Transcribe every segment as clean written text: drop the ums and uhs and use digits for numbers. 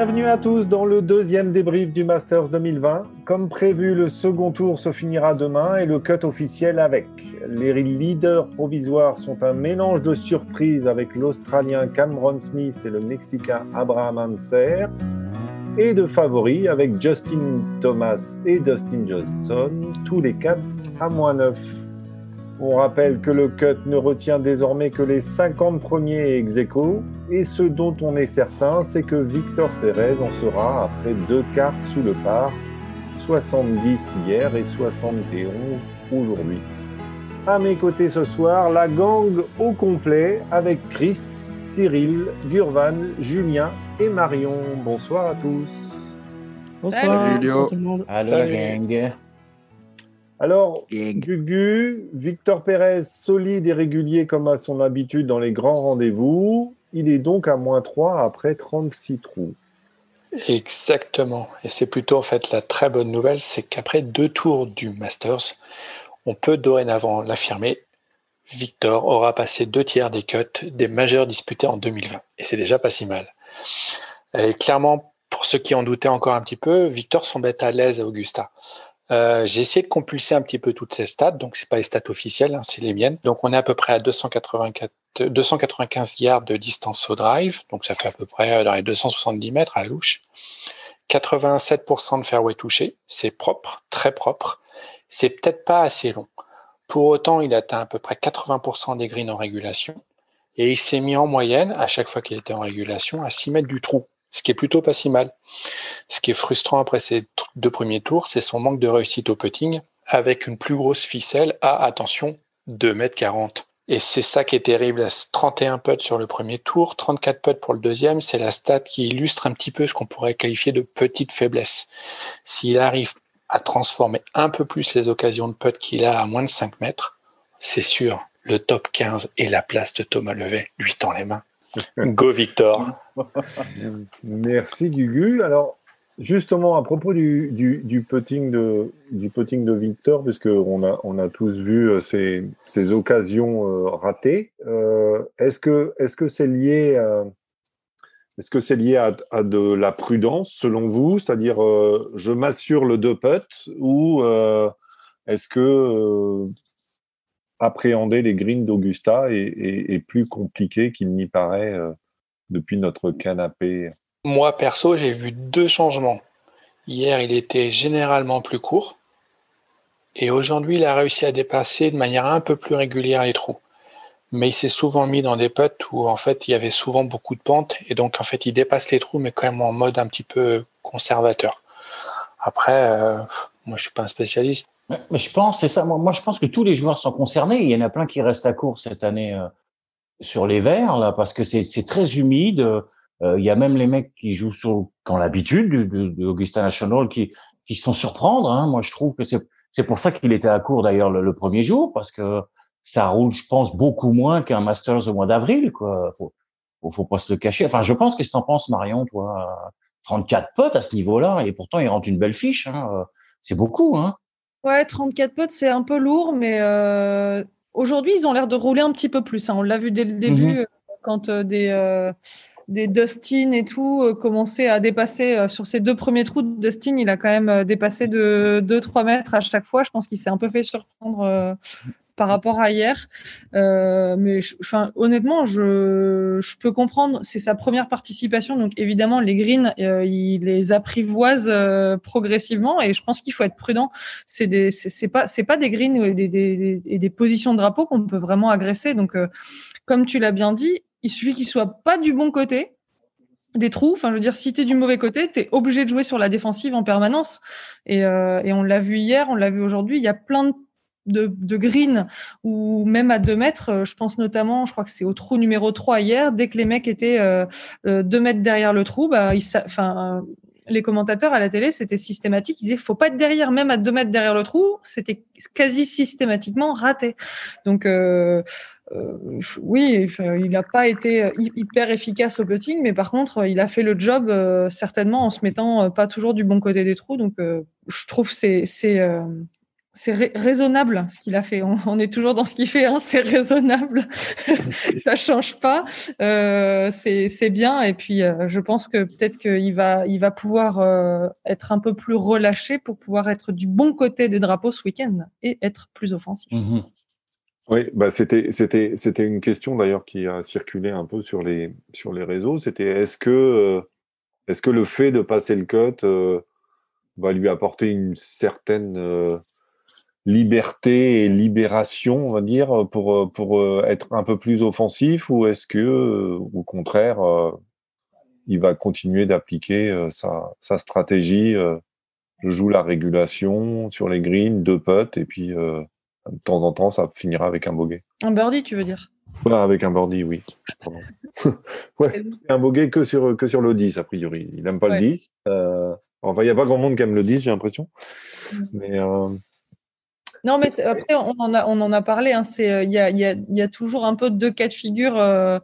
Bienvenue à tous dans le deuxième débrief du Masters 2020. Comme prévu, le second tour se finira demain et le cut officiel avec. Les leaders provisoires sont un mélange de surprises avec l'Australien Cameron Smith et le Mexicain Abraham Ancer, et de favoris avec Justin Thomas et Dustin Johnson, tous les quatre à -9. On rappelle que le cut ne retient désormais que les 50 premiers ex-aequo, et ce dont on est certain, c'est que Victor Pérez en sera après 2 cartes sous le par, 70 hier et 71 aujourd'hui. À mes côtés ce soir, la gang au complet avec Chris, Cyril, Gurvan, Julien et Marion. Bonsoir à tous. Bonsoir. Bonsoir tout le monde. Allô la gang. Alors, Gugu, Victor Pérez, solide et régulier comme à son habitude dans les grands rendez-vous. Il est donc à -3 après 36 trous. Exactement. Et c'est plutôt en fait la très bonne nouvelle, c'est qu'après 2 tours du Masters, on peut dorénavant l'affirmer, Victor aura passé 2 tiers des cuts des majeurs disputés en 2020. Et c'est déjà pas si mal. Et clairement, pour ceux qui en doutaient encore un petit peu, Victor semble être à l'aise à Augusta. J'ai essayé de compulser un petit peu toutes ces stats, donc c'est pas les stats officielles, hein, c'est les miennes. Donc on est à peu près à 295 yards de distance au drive, donc ça fait à peu près dans les 270 mètres à la louche. 87% de fairway touché, c'est propre, très propre. C'est peut-être pas assez long. Pour autant, il atteint à peu près 80% des greens en régulation, et il s'est mis en moyenne, à chaque fois qu'il était en régulation, à 6 mètres du trou, ce qui est plutôt pas si mal. Ce qui est frustrant après ces 2 premiers tours, c'est son manque de réussite au putting, avec une plus grosse ficelle à, attention, 2,40 m. Et c'est ça qui est terrible, 31 putts sur le premier tour, 34 putts pour le deuxième, c'est la stat qui illustre un petit peu ce qu'on pourrait qualifier de petite faiblesse. S'il arrive à transformer un peu plus les occasions de putt qu'il a à moins de 5 mètres, c'est sûr, le top 15 et la place de Thomas Levet lui tend les mains. Go Victor. Merci Gugu. Alors, justement, à propos du putting de Victor, puisque on a tous vu ces occasions ratées, est-ce que c'est lié à de la prudence, selon vous? C'est-à-dire, je m'assure le 2 putts, ou est-ce que appréhender les greens d'Augusta est plus compliqué qu'il n'y paraît depuis notre canapé? Moi, perso, j'ai vu 2 changements. Hier, il était généralement plus court. Et aujourd'hui, il a réussi à dépasser de manière un peu plus régulière les trous. Mais il s'est souvent mis dans des putts où, en fait, il y avait souvent beaucoup de pentes. Et donc, en fait, il dépasse les trous, mais quand même en mode un petit peu conservateur. Après, moi, je suis pas un spécialiste. Mais je pense, c'est ça. Moi, je pense que tous les joueurs sont concernés. Il y en a plein qui restent à court cette année sur les verts, là, parce que c'est très humide. Il y a même les mecs qui jouent qui ont l'habitude de Augusta National qui se font surprendre. Hein. Moi, je trouve que c'est pour ça qu'il était à court d'ailleurs le premier jour, parce que ça roule, je pense, beaucoup moins qu'un Masters au mois d'avril, quoi. Faut pas se le cacher. Enfin, je pense, qu'est-ce que t'en penses, Marion, toi? 34 potes à ce niveau-là, et pourtant, il rentre une belle fiche, hein. C'est beaucoup, hein. Ouais, 34 potes, c'est un peu lourd, mais aujourd'hui, ils ont l'air de rouler un petit peu plus. Hein. On l'a vu dès le début, quand des Dustin et tout commençaient à dépasser sur ces 2 premiers trous. Dustin, il a quand même dépassé de 2-3 mètres à chaque fois. Je pense qu'il s'est un peu fait surprendre par rapport à hier. Mais honnêtement, je peux comprendre. C'est sa première participation, donc évidemment les greens, il les apprivoise progressivement, et je pense qu'il faut être prudent. C'est pas des greens et des positions de drapeau qu'on peut vraiment agresser. Donc, comme tu l'as bien dit, il suffit qu'il soit pas du bon côté des trous. Enfin, je veux dire, si t'es du mauvais côté, t'es obligé de jouer sur la défensive en permanence. Et on l'a vu hier, on l'a vu aujourd'hui. Il y a plein de green, ou même à 2 mètres, je pense notamment, je crois que c'est au trou numéro 3 hier, dès que les mecs étaient 2 mètres derrière le trou, les commentateurs à la télé, c'était systématique, ils disaient faut pas être derrière, même à 2 mètres derrière le trou, c'était quasi systématiquement raté. Donc oui, il n'a pas été hyper efficace au putting, mais par contre, il a fait le job certainement en se mettant pas toujours du bon côté des trous. Donc je trouve c'est raisonnable ce qu'il a fait. On est toujours dans ce qu'il fait, hein, c'est raisonnable. Ça change pas. C'est bien. Et puis, je pense que peut-être qu'il va pouvoir être un peu plus relâché pour pouvoir être du bon côté des drapeaux ce week-end et être plus offensif. Mhm. Oui, c'était une question d'ailleurs qui a circulé un peu sur les réseaux. C'était est-ce que le fait de passer le cut va lui apporter une certaine liberté et libération, on va dire, pour être un peu plus offensif, ou est-ce que, au contraire, il va continuer d'appliquer sa stratégie, joue la régulation sur les greens, 2 putts, et puis de temps en temps, ça finira avec un bogey. Un birdie, tu veux dire? Voilà, avec un birdie, oui. Pardon. Ouais, un bogey que sur le 10, a priori. Il n'aime pas le 10. Enfin, il n'y a pas grand monde qui aime le 10, j'ai l'impression. Mais non, mais après, on en a parlé. Hein, il y a toujours un peu 2 cas de figure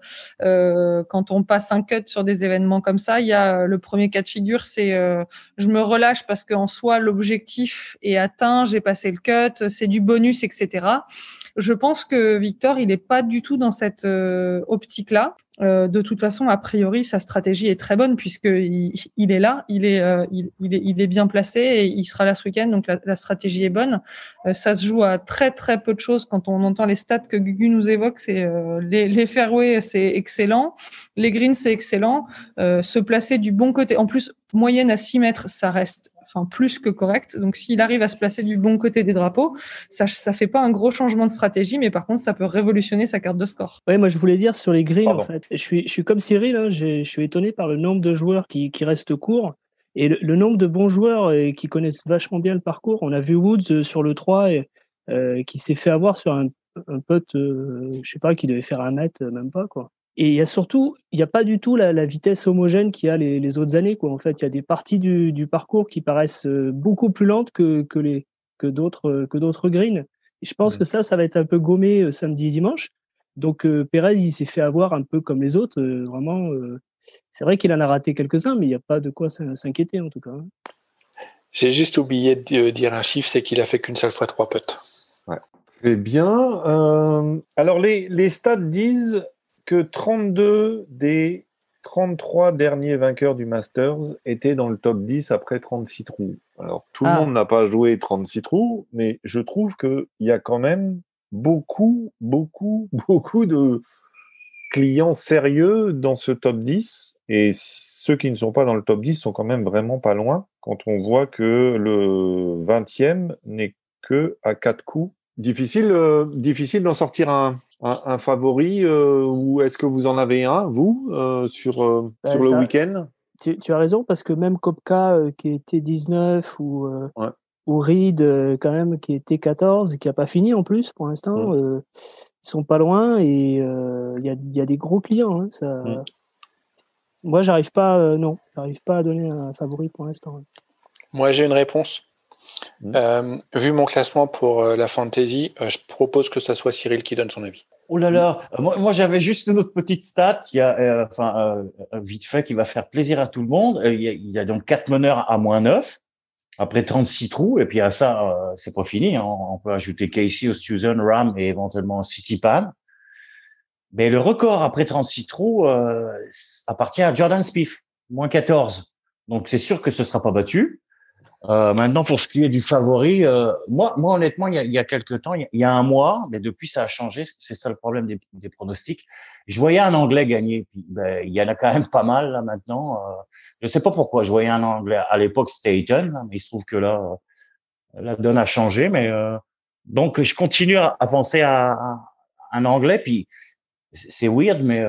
quand on passe un cut sur des événements comme ça. Il y a le premier cas de figure, c'est je me relâche parce qu'en soi l'objectif est atteint, j'ai passé le cut, c'est du bonus, etc. Je pense que Victor, il est pas du tout dans cette optique-là. De toute façon, a priori, sa stratégie est très bonne puisque il est là, il est bien placé et il sera là ce week-end. Donc la stratégie est bonne. Ça se joue à très très peu de choses. Quand on entend les stats que Gugu nous évoque, c'est les fairways, c'est excellent, les greens, c'est excellent. Se placer du bon côté, en plus moyenne à 6 mètres, ça reste plus que correct. Donc s'il arrive à se placer du bon côté des drapeaux, ça fait pas un gros changement de stratégie, mais par contre ça peut révolutionner sa carte de score. Ouais, moi je voulais dire sur les greens, Pardon. en fait, je suis comme Cyril, hein, je suis étonné par le nombre de joueurs qui restent courts et le nombre de bons joueurs qui connaissent vachement bien le parcours. On a vu Woods sur le 3 qui s'est fait avoir sur un putt, je sais pas, qui devait faire 1 mètre, même pas, quoi. Et il y a surtout, il n'y a pas du tout la vitesse homogène qu'il y a les autres années, quoi. En fait, il y a des parties du parcours qui paraissent beaucoup plus lentes que d'autres greens. Et je pense que ça va être un peu gommé samedi et dimanche. Donc Pérez, il s'est fait avoir un peu comme les autres. Vraiment, c'est vrai qu'il en a raté quelques-uns, mais il n'y a pas de quoi s'inquiéter en tout cas. J'ai juste oublié de dire un chiffre, c'est qu'il a fait qu'une seule fois 3 putts. Ouais. Très bien. Alors les stats disent que 32 des 33 derniers vainqueurs du Masters étaient dans le top 10 après 36 trous. Alors, tout le monde n'a pas joué 36 trous, mais je trouve qu'il y a quand même beaucoup de clients sérieux dans ce top 10. Et ceux qui ne sont pas dans le top 10 sont quand même vraiment pas loin quand on voit que le 20e n'est que à 4 coups. Difficile d'en sortir un favori, ou est-ce que vous en avez un, vous, sur le week-end? Tu as raison, parce que même Koepka, qui était 19, ou Reed, quand même, qui était 14, qui n'a pas fini en plus pour l'instant, ils sont pas loin et il y a des gros clients. Hein, ça... Moi, j'arrive pas à donner un favori pour l'instant. Moi, j'ai une réponse. Vu mon classement pour la fantasy, je propose que ça soit Cyril qui donne son avis. Oh là là, moi j'avais juste une autre petite stat, il y a vite fait qui va faire plaisir à tout le monde. Il y a donc 4 meneurs à -9 après 36 trous, et puis à ça c'est pas fini, hein. On peut ajouter Casey, Oosthuizen, Rahm et éventuellement Tsitsipas. Mais le record après 36 trous appartient à Jordan Spieth, -14. Donc c'est sûr que ce sera pas battu. Maintenant, pour ce qui est du favori, moi honnêtement, il y a quelques temps, il y a un mois, mais depuis ça a changé. C'est ça le problème des pronostics. Je voyais un Anglais gagner, puis il y en a quand même pas mal là maintenant. Je sais pas pourquoi. Je voyais un Anglais à l'époque, c'était Hayton, mais il se trouve que là, la donne a changé. Mais donc je continue à penser à un Anglais, puis c'est weird, mais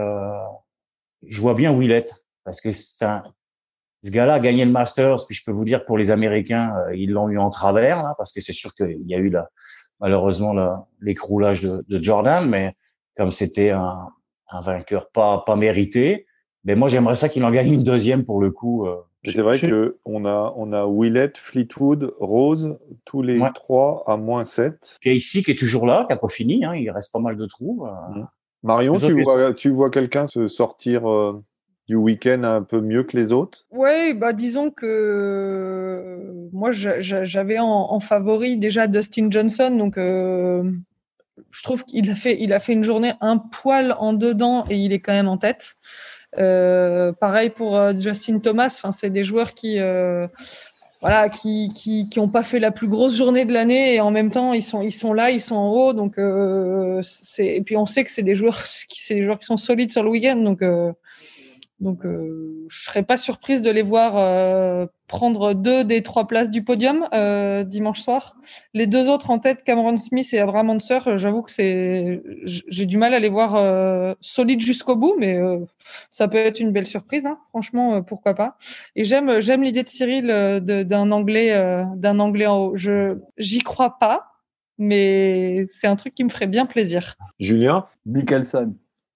je vois bien Willett parce que ce gars-là a gagné le Masters, puis je peux vous dire que pour les Américains, ils l'ont eu en travers, là, parce que c'est sûr qu'il y a eu malheureusement l'écroulage de Jordan, mais comme c'était un vainqueur pas mérité, mais moi j'aimerais ça qu'il en gagne une deuxième pour le coup. C'est vrai que on a Willett, Fleetwood, Rose, tous les 3 à -7. Casey qui est toujours là, qui a pas fini, hein, il reste pas mal de trous. Marion, tu vois quelqu'un se sortir du week-end un peu mieux que les autres? Ouais, bah disons que moi j'avais en favori déjà Dustin Johnson, donc je trouve qu'il a fait une journée un poil en dedans et il est quand même en tête. Pareil pour Justin Thomas, enfin c'est des joueurs qui voilà, qui ont pas fait la plus grosse journée de l'année et en même temps ils sont là, ils sont en haut, donc et puis on sait que c'est des joueurs qui sont solides sur le week-end, donc je serais pas surprise de les voir prendre 2 des 3 places du podium dimanche soir. Les 2 autres en tête, Cameron Smith et Abraham Ancer, j'avoue que j'ai du mal à les voir solides jusqu'au bout, mais ça peut être une belle surprise, hein. Franchement, pourquoi pas. Et j'aime l'idée de Cyril d'un anglais en haut. J'y crois pas, mais c'est un truc qui me ferait bien plaisir. Julien? Mickelson.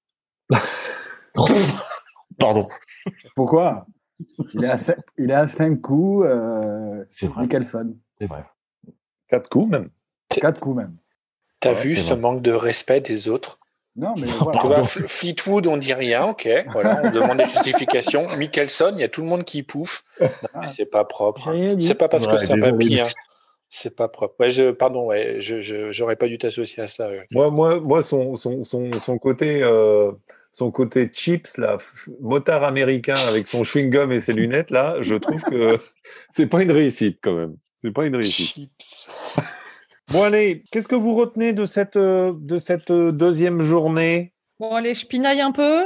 Pardon. Pourquoi? Il est à 5 coups. C'est vrai. Mickelson. C'est vrai. 4 coups même. 4 coups même. T'as Ouais, vu c'est ce vrai. manque de respect des autres? Non, mais Tu voilà. vois, Fleetwood, on dit rien, ok. Voilà, on demande des justifications. Mickelson, il y a tout le monde qui pouffe. Non, mais c'est pas propre. J'ai Hein. rien dit. C'est pas parce que Ouais, c'est un désolé, papy. mais- Hein. C'est pas propre. Ouais, pardon, ouais, j'aurais pas dû t'associer à ça. Moi, son côté chips, là, motard américain avec son chewing-gum et ses lunettes, là, je trouve que c'est pas une réussite quand même. C'est pas une réussite. Chips. Bon, allez, qu'est-ce que vous retenez de cette deuxième journée? Bon, allez, je pinaille un peu.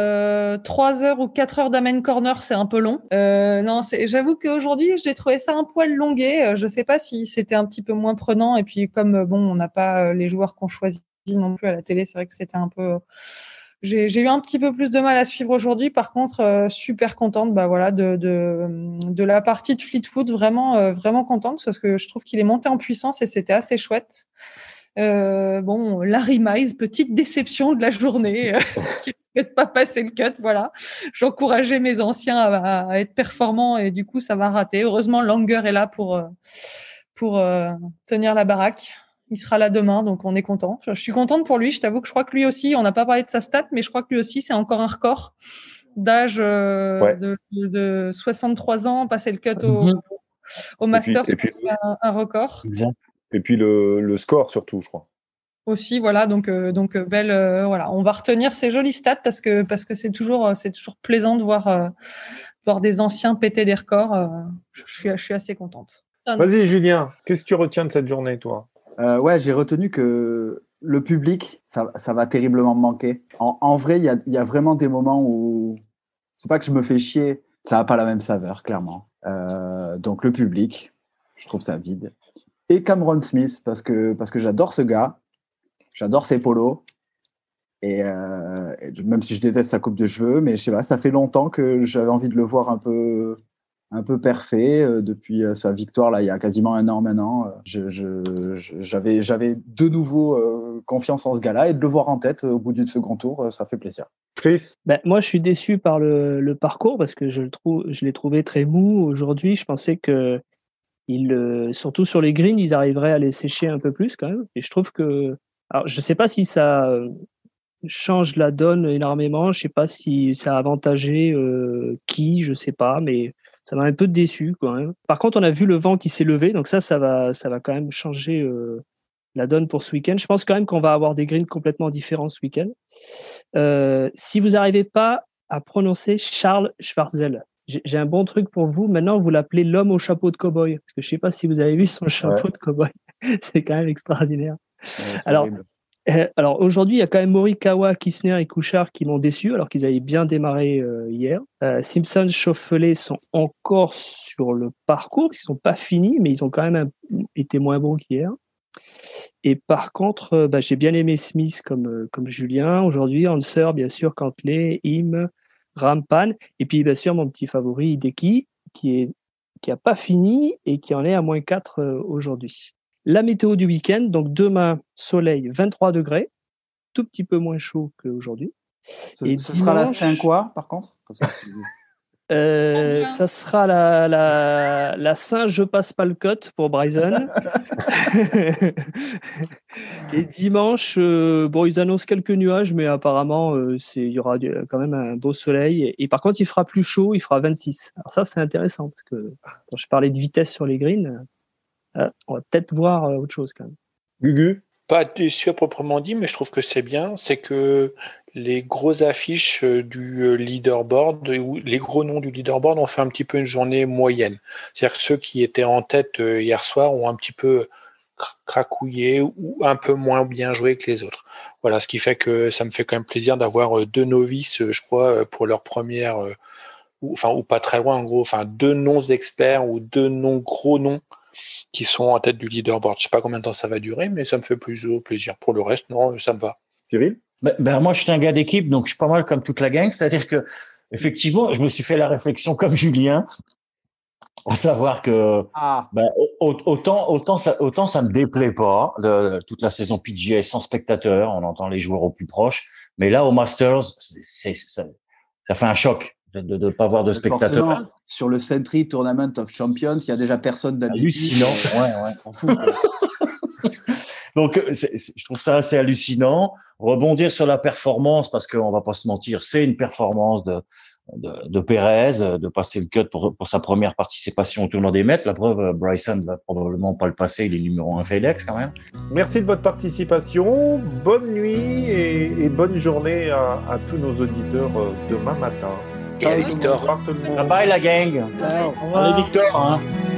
3 heures ou 4 heures d'Amen Corner, c'est un peu long. Non, j'avoue qu'aujourd'hui, j'ai trouvé ça un poil longué. Je sais pas si c'était un petit peu moins prenant. Et puis, comme bon, on n'a pas les joueurs qu'on choisit non plus à la télé, c'est vrai que c'était un peu. J'ai eu un petit peu plus de mal à suivre aujourd'hui. Par contre, super contente, bah voilà, de la partie de Fleetwood, vraiment contente parce que je trouve qu'il est monté en puissance et c'était assez chouette. Bon, Larry Mize, petite déception de la journée, qui ne peut pas passer le cut, voilà. J'encourageais mes anciens à être performants et du coup, ça va rater. Heureusement, Langer est là pour tenir la baraque. Il sera là demain, donc on est content. Je suis contente pour lui. Je t'avoue que je crois que lui aussi, on n'a pas parlé de sa stat, mais je crois que lui aussi, c'est encore un record d'âge Ouais. de 63 ans, passer le cut Mhm. au Masters, et puis- c'est un record. Exact. Et puis le score surtout, je crois. Aussi, voilà, donc belle, voilà, on va retenir ces jolies stats parce que c'est toujours plaisant de voir des anciens péter des records. Je suis assez contente. Vas-y, Julien, qu'est-ce que tu retiens de cette journée, toi? Ouais, j'ai retenu que le public, ça va terriblement me manquer. En vrai, il y a vraiment des moments où c'est pas que je me fais chier, ça n'a pas la même saveur, clairement. Donc le public, je trouve ça vide. Et Cameron Smith, parce que j'adore ce gars, j'adore ses polos. Et même si je déteste sa coupe de cheveux, mais je sais pas, ça fait longtemps que j'avais envie de le voir un peu parfait depuis sa victoire là il y a quasiment un an maintenant. J'avais de nouveau confiance en ce gars-là et de le voir en tête au bout du second tour, ça fait plaisir. Chris? Ben, moi, je suis déçu par le parcours parce que je l'ai trouvé très mou aujourd'hui. Je pensais que surtout sur les greens, ils arriveraient à les sécher un peu plus quand même. Et je trouve que, alors, je sais pas si ça change la donne énormément. Je sais pas si ça a avantagé je sais pas, mais ça m'a un peu déçu quand même. Par contre, on a vu le vent qui s'est levé, donc ça va quand même changer la donne pour ce week-end. Je pense quand même qu'on va avoir des greens complètement différents ce week-end. Si vous n'arrivez pas à prononcer Charles Schwartzel, j'ai un bon truc pour vous. Maintenant, vous l'appelez l'homme au chapeau de cow-boy, parce que je sais pas si vous avez vu son chapeau de cow-boy. C'est quand même extraordinaire. Alors aujourd'hui, il y a quand même Morikawa, Kissner et Kuchar qui m'ont déçu alors qu'ils avaient bien démarré hier. Simpson, Schauffele sont encore sur le parcours parce qu'ils sont pas finis, mais ils ont quand même été moins bons qu'hier. Et par contre, j'ai bien aimé Smith comme Julien aujourd'hui, Ancer bien sûr, Cantlay, Im, Rampan, et puis bien sûr mon petit favori Hideki qui a pas fini et qui en est à -4 aujourd'hui. La météo du week-end, donc demain, soleil, 23 degrés, tout petit peu moins chaud qu'aujourd'hui. Ce sera la Saint-Quoi, par contre? Ça sera la singe je passe pas le cut pour Bryson. Et dimanche, bon, ils annoncent quelques nuages, mais apparemment, il y aura quand même un beau soleil. Et par contre, il fera plus chaud, il fera 26. Alors ça, c'est intéressant, parce que quand je parlais de vitesse sur les greens, on va peut-être voir autre chose quand même. Gugu? Pas déçu à proprement dit, mais je trouve que c'est bien. C'est que les grosses affiches du leaderboard, ou les gros noms du leaderboard ont fait un petit peu une journée moyenne. C'est-à-dire que ceux qui étaient en tête hier soir ont un petit peu cracouillé ou un peu moins bien joué que les autres. Voilà, ce qui fait que ça me fait quand même plaisir d'avoir deux novices, je crois, pour leur première, ou pas très loin en gros, deux non-experts ou deux non-gros noms qui sont en tête du leaderboard. Je ne sais pas combien de temps ça va durer, mais ça me fait plutôt plaisir. Pour le reste, non, ça me va. Cyril? Moi, je suis un gars d'équipe, donc je suis pas mal comme toute la gang. C'est-à-dire que, effectivement, je me suis fait la réflexion comme Julien, à savoir que autant ça me déplaît pas de toute la saison PGA sans spectateurs, on entend les joueurs au plus proche, mais là au Masters, ça fait un choc de ne pas voir de spectateurs. Forcément, sur le Sentry Tournament of Champions, il y a déjà personne d'habitude. Hallucinant, ouais. On fout. Donc, je trouve ça assez hallucinant. Rebondir sur la performance, parce qu'on va pas se mentir, c'est une performance de Pérez, de passer le cut pour sa première participation au tournoi des maîtres. La preuve, Bryson va probablement pas le passer, il est numéro 1 FedEx quand même. Merci de votre participation. Bonne nuit et bonne journée à tous nos auditeurs demain matin. Et à Victor. Bye bye la gang. Au revoir. Allez Victor. Hein.